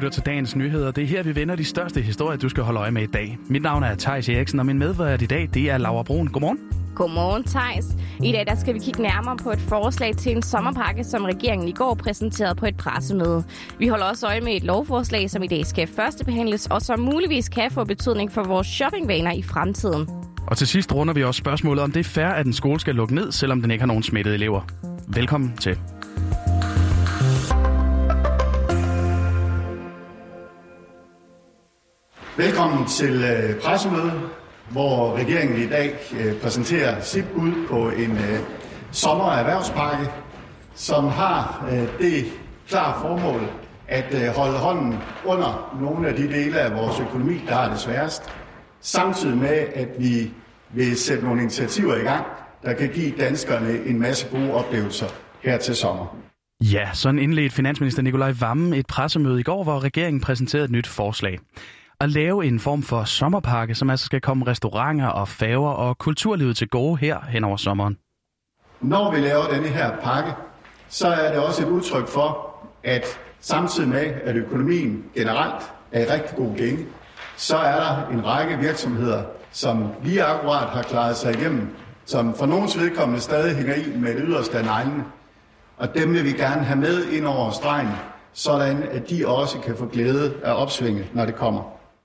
lytter til dagens nyheder. Det er her, vi vender de største historier, du skal holde øje med i dag. Mit navn er Theis Eriksen, og min medvært i dag, det er Laura Brun. Godmorgen. Godmorgen, Theis. I dag der skal vi kigge nærmere på et forslag til en sommerpakke, som regeringen i går præsenterede på et pressemøde. Vi holder også øje med et lovforslag, som i dag skal førstebehandles, og som muligvis kan få betydning for vores shoppingvaner i fremtiden. Og til sidst runder vi også spørgsmålet, om det er fair, at en skole skal lukke ned, selvom den ikke har nogen smittede elever. Velkommen til. Velkommen til pressemødet, hvor regeringen i dag præsenterer sit bud på en sommererhvervspakke, som har det klare formål at holde hånden under nogle af de dele af vores økonomi, der har det sværest, samtidig med, at vi vil sætte nogle initiativer i gang, der kan give danskerne en masse gode oplevelser her til sommer. Ja, sådan indledte finansminister Nicolai Wammen et pressemøde i går, hvor regeringen præsenterede et nyt forslag. At lave en form for sommerpakke, som altså skal komme restauranter og færger og kulturlivet til gode her hen over sommeren. Når vi laver denne her pakke, så er det også et udtryk for, at samtidig med, at økonomien generelt er i rigtig god gænge, så er der en række virksomheder, som lige akkurat har klaret sig igennem, som for nogens vedkommende stadig hænger i med det yderste af neglene. Og dem vil vi gerne have med ind over stregen, sådan at de også kan få glæde af opsvinget, når det kommer.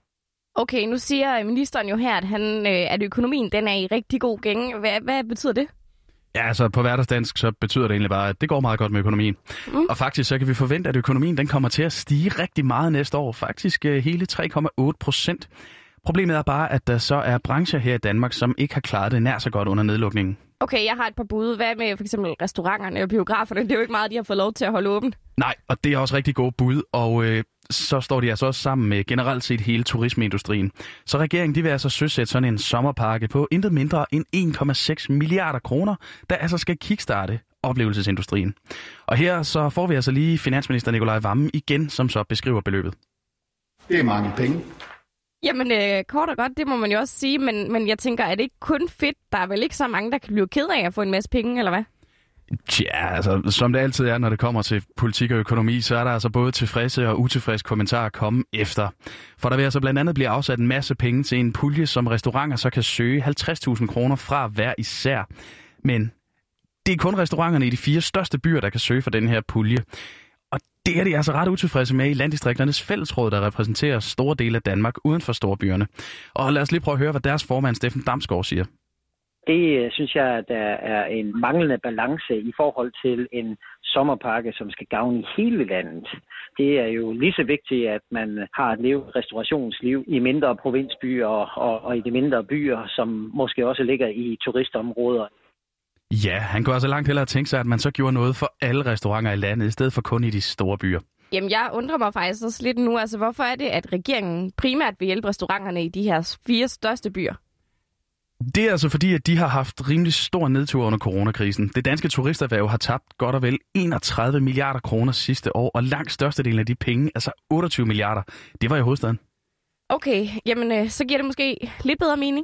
Okay, nu siger ministeren jo her, at økonomien den er i rigtig god gænge. Hvad betyder det? Ja, altså på hverdagsdansk, så betyder det egentlig bare, at det går meget godt med økonomien. Og faktisk så kan vi forvente, at økonomien den kommer til at stige rigtig meget næste år. Faktisk hele 3,8%. Problemet er bare, at der så er brancher her i Danmark, som ikke har klaret det nær så godt under nedlukningen. Okay, jeg har et par bud. Hvad med for eksempel restauranterne og biograferne? Det er jo ikke meget, de har fået lov til at holde åbent. Nej, og det er også rigtig gode bud, og så står de altså også sammen med generelt set hele turismeindustrien. Så regeringen de vil altså søsætte sådan en sommerpakke på intet mindre end 1,6 milliarder kroner, der altså skal kickstarte oplevelsesindustrien. Og her så får vi altså lige finansminister Nicolai Wammen igen, som så beskriver beløbet. Det er mange penge. Jamen, kort og godt, det må man jo også sige, men jeg tænker, er det ikke kun fedt? Der er vel ikke så mange, der kan blive ked af at få en masse penge, eller hvad? Tja, altså som det altid er, når det kommer til politik og økonomi, så er der altså både tilfredse og utilfredse kommentarer at komme efter. For der vil altså blandt andet blive afsat en masse penge til en pulje, som restauranter så kan søge 50.000 kroner fra hver især. Men det er kun restauranterne i de 4 største byer, der kan søge for den her pulje. Og det er de altså ret utilfredse med i Landdistrikternes Fællesråd, der repræsenterer store dele af Danmark uden for storbyerne. Og lad os lige prøve at høre, hvad deres formand Steffen Damsgaard siger. Det synes jeg, der er en manglende balance i forhold til en sommerpakke, som skal gavne hele landet. Det er jo lige så vigtigt, at man har et restaurationsliv i mindre provinsbyer og i de mindre byer, som måske også ligger i turistområder. Ja, han kunne altså langt hellere tænke sig, at man så gjorde noget for alle restauranter i landet, i stedet for kun i de store byer. Jamen, jeg undrer mig faktisk også lidt nu. Altså, hvorfor er det, at regeringen primært vil hjælpe restauranterne i de her 4 største byer? Det er altså fordi, at de har haft rimelig stor nedtur under coronakrisen. Det danske turisterhverv har tabt godt og vel 31 milliarder kroner sidste år, og langt størstedelen af de penge, altså 28 milliarder, det var i hovedstaden. Okay, jamen så giver det måske lidt bedre mening.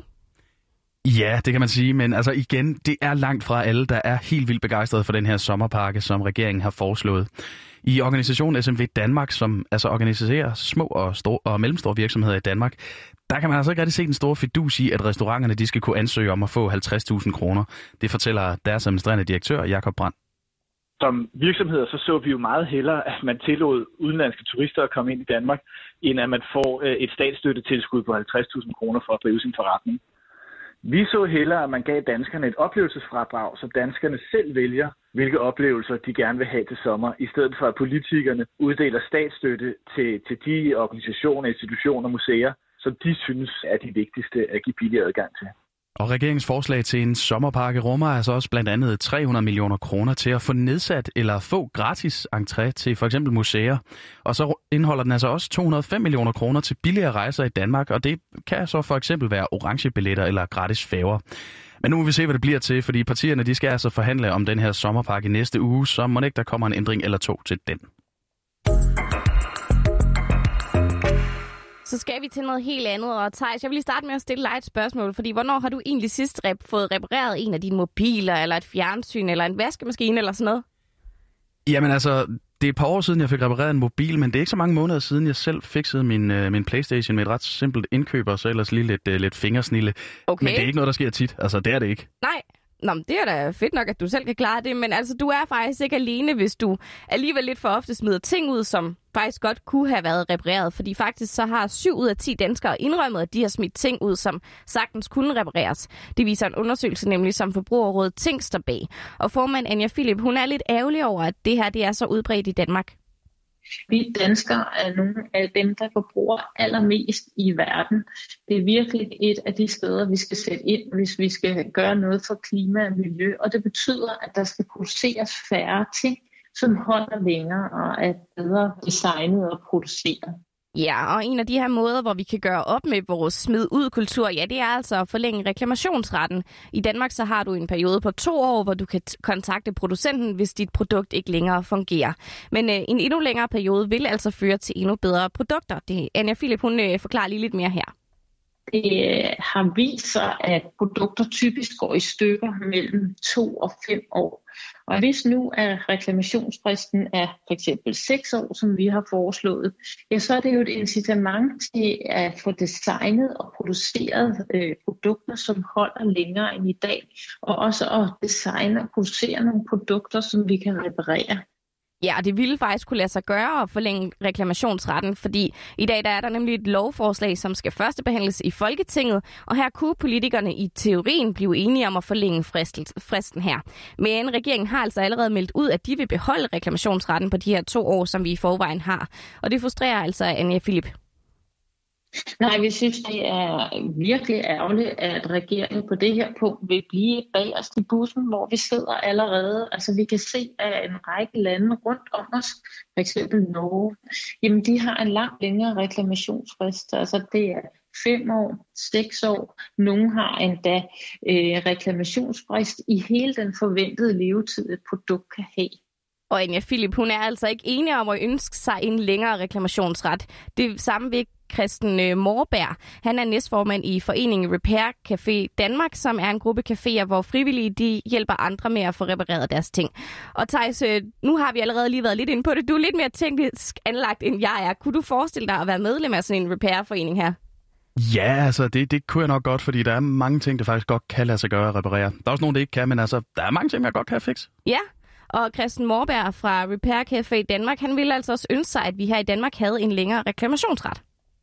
Ja, det kan man sige, men altså igen, det er langt fra alle, der er helt vildt begejstrede for den her sommerpakke, som regeringen har foreslået. I organisationen SMV Danmark, som altså organiserer små og mellemstore virksomheder i Danmark, der kan man altså ikke rigtig se den store fidus i, at restauranterne de skal kunne ansøge om at få 50.000 kroner. Det fortæller deres administrerende direktør, Jakob Brandt. Som virksomheder så vi jo meget hellere, at man tillod udenlandske turister at komme ind i Danmark, end at man får et statsstøttetilskud på 50.000 kroner for at drive sin forretning. Vi så hellere, at man gav danskerne et oplevelsesfradrag, så danskerne selv vælger, hvilke oplevelser de gerne vil have til sommer, i stedet for at politikerne uddeler statsstøtte til de organisationer, institutioner og museer, som de synes er de vigtigste at give billig adgang til. Og regeringens forslag til en sommerpakke rummer altså også blandt andet 300 millioner kroner til at få nedsat eller få gratis entré til for eksempel museer. Og så indeholder den altså også 205 millioner kroner til billigere rejser i Danmark, og det kan så for eksempel være orange billetter eller gratis færger. Men nu må vi se, hvad det bliver til, fordi partierne de skal altså forhandle om den her sommerpakke næste uge, så må ikke der kommer en ændring eller 2 til den. Så skal vi til noget helt andet, og Theis, jeg vil lige starte med at stille dig et spørgsmål, fordi hvornår har du egentlig sidst fået repareret en af dine mobiler, eller et fjernsyn, eller en vaskemaskine, eller sådan noget? Jamen altså, Det er et par år siden, jeg fik repareret en mobil, men det er ikke så mange måneder siden, jeg selv fiksede min PlayStation med et ret simpelt indkøb, og så ellers lige lidt fingersnille. Okay. Men det er ikke noget, der sker tit. Altså, det er det ikke. Nej. Nå, men det er da fedt nok, at du selv kan klare det, men altså, du er faktisk ikke alene, hvis du alligevel lidt for ofte smider ting ud, som faktisk godt kunne have været repareret, fordi faktisk så har 7 ud af 10 danskere indrømmet, at de har smidt ting ud, som sagtens kunne repareres. Det viser en undersøgelse nemlig, som Forbrugerrådet Ting står bag. Og formand Anja Philip, hun er lidt ærgerlig over, at det her det er så udbredt i Danmark. Vi danskere er nogle af dem, der forbruger allermest i verden. Det er virkelig et af de steder, vi skal sætte ind, hvis vi skal gøre noget for klima og miljø. Og det betyder, at der skal produceres færre ting, som holder længere og er bedre designet og produceret. Ja, og en af de her måder, hvor vi kan gøre op med vores smid-ud-kultur, ja, det er altså at forlænge reklamationsretten. I Danmark så har du en periode på 2 år, hvor du kan kontakte producenten, hvis dit produkt ikke længere fungerer. Men en endnu længere periode vil altså føre til endnu bedre produkter. Det Anja Philip, hun forklarer lige lidt mere her. Det har vist sig, at produkter typisk går i stykker mellem 2 og 5 år. Og hvis nu er reklamationsfristen er for eksempel 6 år, som vi har foreslået, ja, så er det jo et incitament til at få designet og produceret produkter, som holder længere end i dag. Og også at designe og producere nogle produkter, som vi kan reparere. Ja, og det ville faktisk kunne lade sig gøre at forlænge reklamationsretten, fordi i dag der er der nemlig et lovforslag, som skal førstebehandles i Folketinget, og her kunne politikerne i teorien blive enige om at forlænge fristen her. Men regeringen har altså allerede meldt ud, at de vil beholde reklamationsretten på de her 2 år, som vi i forvejen har. Og det frustrerer altså Anja Philip. Nej, vi synes, det er virkelig ærgerligt, at regeringen på det her punkt vil blive bagerst i bussen, hvor vi sidder allerede. Altså vi kan se, at en række lande rundt om os, for eksempel Norge, jamen de har en langt længere reklamationsfrist. Altså det er 5 år, 6 år. Nogle har endda reklamationsfrist i hele den forventede levetid, et produkt kan have. Og Anja Philip, hun er altså ikke enig om at ønske sig en længere reklamationsret. Det samme ved Christen Morberg. Han er næstformand i foreningen Repair Café Danmark, som er en gruppe caféer, hvor frivillige de hjælper andre med at få repareret deres ting. Og Theis, nu har vi allerede lige været lidt inde på det. Du er lidt mere teknisk anlagt, end jeg er. Kunne du forestille dig at være medlem af sådan en repair-forening her? Ja, altså det kunne jeg nok godt, fordi der er mange ting, der faktisk godt kan lade sig gøre at reparere. Der er også nogle, der ikke kan, men altså, der er mange ting, jeg godt kan fikse. Ja. Og Christen Morberg fra Repair Café Danmark, han ville altså også ønske sig, at vi her i Danmark havde en længere reklamationsret.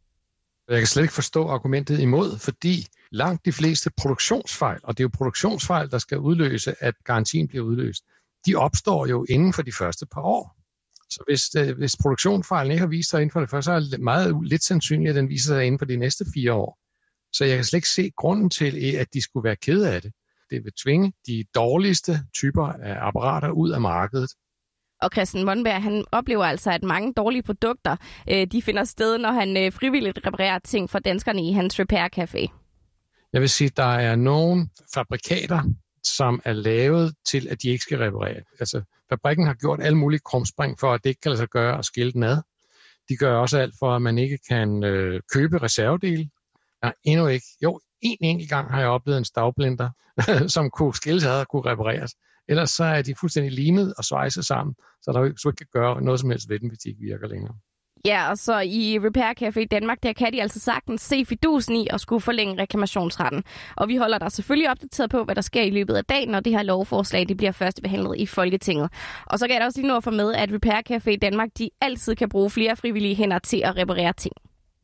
Jeg kan slet ikke forstå argumentet imod, fordi langt de fleste produktionsfejl, og det er jo produktionsfejl, der skal udløse, at garantien bliver udløst, de opstår jo inden for de første par år. Så hvis produktionsfejlen ikke har vist sig inden for det første, så er det meget lidt sandsynligt, at den viser sig inden for de næste 4 år. Så jeg kan slet ikke se grunden til, at de skulle være kede af det. Det vil tvinge de dårligste typer af apparater ud af markedet. Og Christen Monberg, han oplever altså, at mange dårlige produkter, de finder sted, når han frivilligt reparerer ting for danskerne i hans Repair Café. Jeg vil sige, at der er nogle fabrikater, som er lavet til, at de ikke skal reparere. Altså, fabrikken har gjort alle mulige krumspring for, at det ikke kan lade sig gøre at skille den ad. De gør også alt for, at man ikke kan købe reservedele. Der er endnu ikke. Jo, en enkelt gang har jeg oplevet en stavblender, som kunne skilles ad og kunne repareres. Ellers så er de fuldstændig limet og svejset sammen, så der ikke kan gøre noget som helst ved den, hvis de ikke virker længere. Ja, og så i Repair Café Danmark, der kan de altså sagtens se fidusen i at skulle forlænge reklamationsretten. Og vi holder dig selvfølgelig opdateret på, hvad der sker i løbet af dagen, når det her lovforslag det bliver førstebehandlet i Folketinget. Og så kan jeg også lige nå at få med, at Repair Café Danmark, de altid kan bruge flere frivillige hænder til at reparere ting.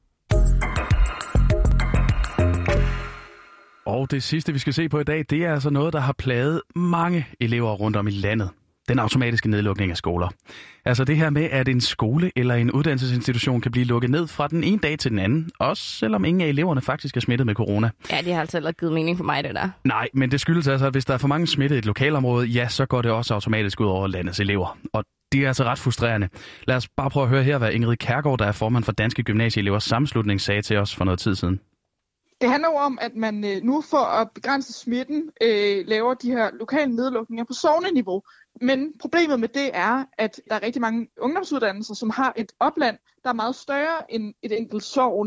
Og det sidste, vi skal se på i dag, det er altså noget, der har plaget mange elever rundt om i landet. Den automatiske nedlukning af skoler. Altså det her med, at en skole eller en uddannelsesinstitution kan blive lukket ned fra den ene dag til den anden, også selvom ingen af eleverne faktisk er smittet med corona. Ja, det har altså heller givet mening for mig, det der. Nej, men det skyldes altså, at hvis der er for mange smittet i et lokalområde, ja, så går det også automatisk ud over landets elever. Og det er altså ret frustrerende. Lad os bare prøve at høre her, hvad Ingrid Kærgaard, der er formand for Danske Gymnasieelevers Sammenslutning, sagde til os for noget tid siden. Det handler jo om, at man nu for at begrænse smitten laver de her lokale nedlukninger på sogneniveau. Men problemet med det er, at der er rigtig mange ungdomsuddannelser, som har et opland, der er meget større end et enkelt sogn.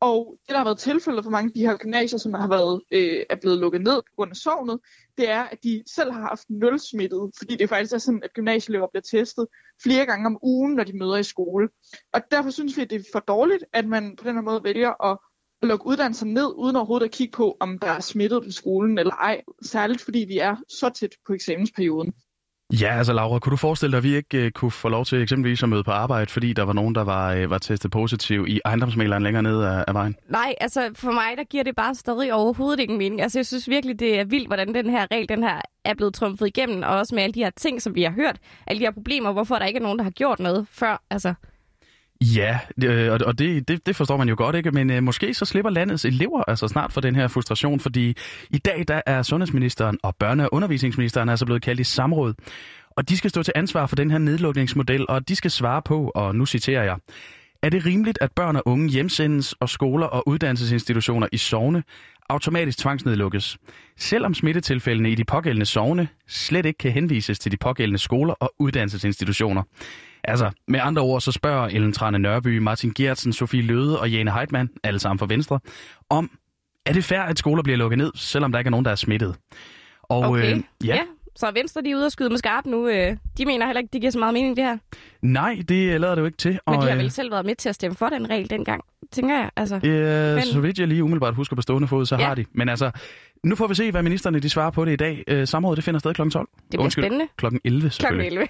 Og det, der har været tilfældet for mange af de her gymnasier, som er blevet lukket ned på grund af sognet, det er, at de selv har haft 0 smittede, fordi det faktisk er sådan, at gymnasieelever bliver testet flere gange om ugen, når de møder i skole. Og derfor synes vi, at det er for dårligt, at man på den her måde vælger at lukke uddannelser ned, uden overhovedet at kigge på, om der er smittet på skolen eller ej. Særligt fordi vi er så tæt på eksamensperioden. Ja, altså Laura, kunne du forestille dig, at vi ikke kunne få lov til eksempelvis at møde på arbejde, fordi der var nogen, der var testet positiv i ejendomsmægleren længere ned af vejen? Nej, altså for mig, der giver det bare stadig overhovedet ingen mening. Altså jeg synes virkelig, det er vildt, hvordan den her regel, den her er blevet trumfet igennem, og også med alle de her ting, som vi har hørt, alle de her problemer, hvorfor der ikke er nogen, der har gjort noget før, altså. Ja, og det forstår man jo godt, ikke? Men måske så slipper landets elever altså snart for den her frustration, fordi i dag der er sundhedsministeren og børne- og undervisningsministeren altså blevet kaldt i samråd. Og de skal stå til ansvar for den her nedlukningsmodel, og de skal svare på, og nu citerer jeg: er det rimeligt, at børn og unge hjemsendes, og skoler og uddannelsesinstitutioner i sogne automatisk tvangsnedlukkes, selvom smittetilfældene i de pågældende sogne slet ikke kan henvises til de pågældende skoler og uddannelsesinstitutioner? Altså, med andre ord, så spørger Ellen Trane Nørby, Martin Geertsen, Sofie Løde og Jane Heitmann, alle sammen fra Venstre, om, er det fair, at skoler bliver lukket ned, selvom der ikke er nogen, der er smittet? Og, okay, ja. Så er Venstre, de er ude og skyde med skarpt nu. De mener heller ikke, det giver så meget mening, det her. Nej, det lader det jo ikke til. Men de har vel selv været med til at stemme for den regel dengang, tænker jeg. Altså. Så vidt jeg lige umiddelbart husker på stående fod, så har de. Men altså, nu får vi se, hvad ministerne de svarer på det i dag. Samrådet, det finder sted kl. 12. Det bliver spændende. Kl. 11 selvfølgelig. Kl. 11.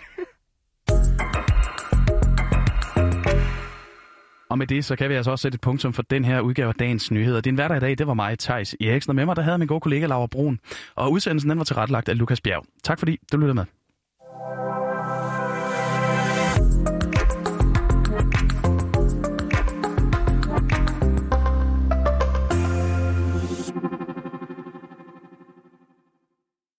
Og med det, så kan vi altså også sætte et punktum for den her udgave af Dagens Nyheder. Din hverdag i dag, det var mig, Theis Eriksen, og med mig, der havde min gode kollega Laura Brun. Og udsendelsen, den var tilrettelagt af Lukas Bjerg. Tak fordi du lyttede med.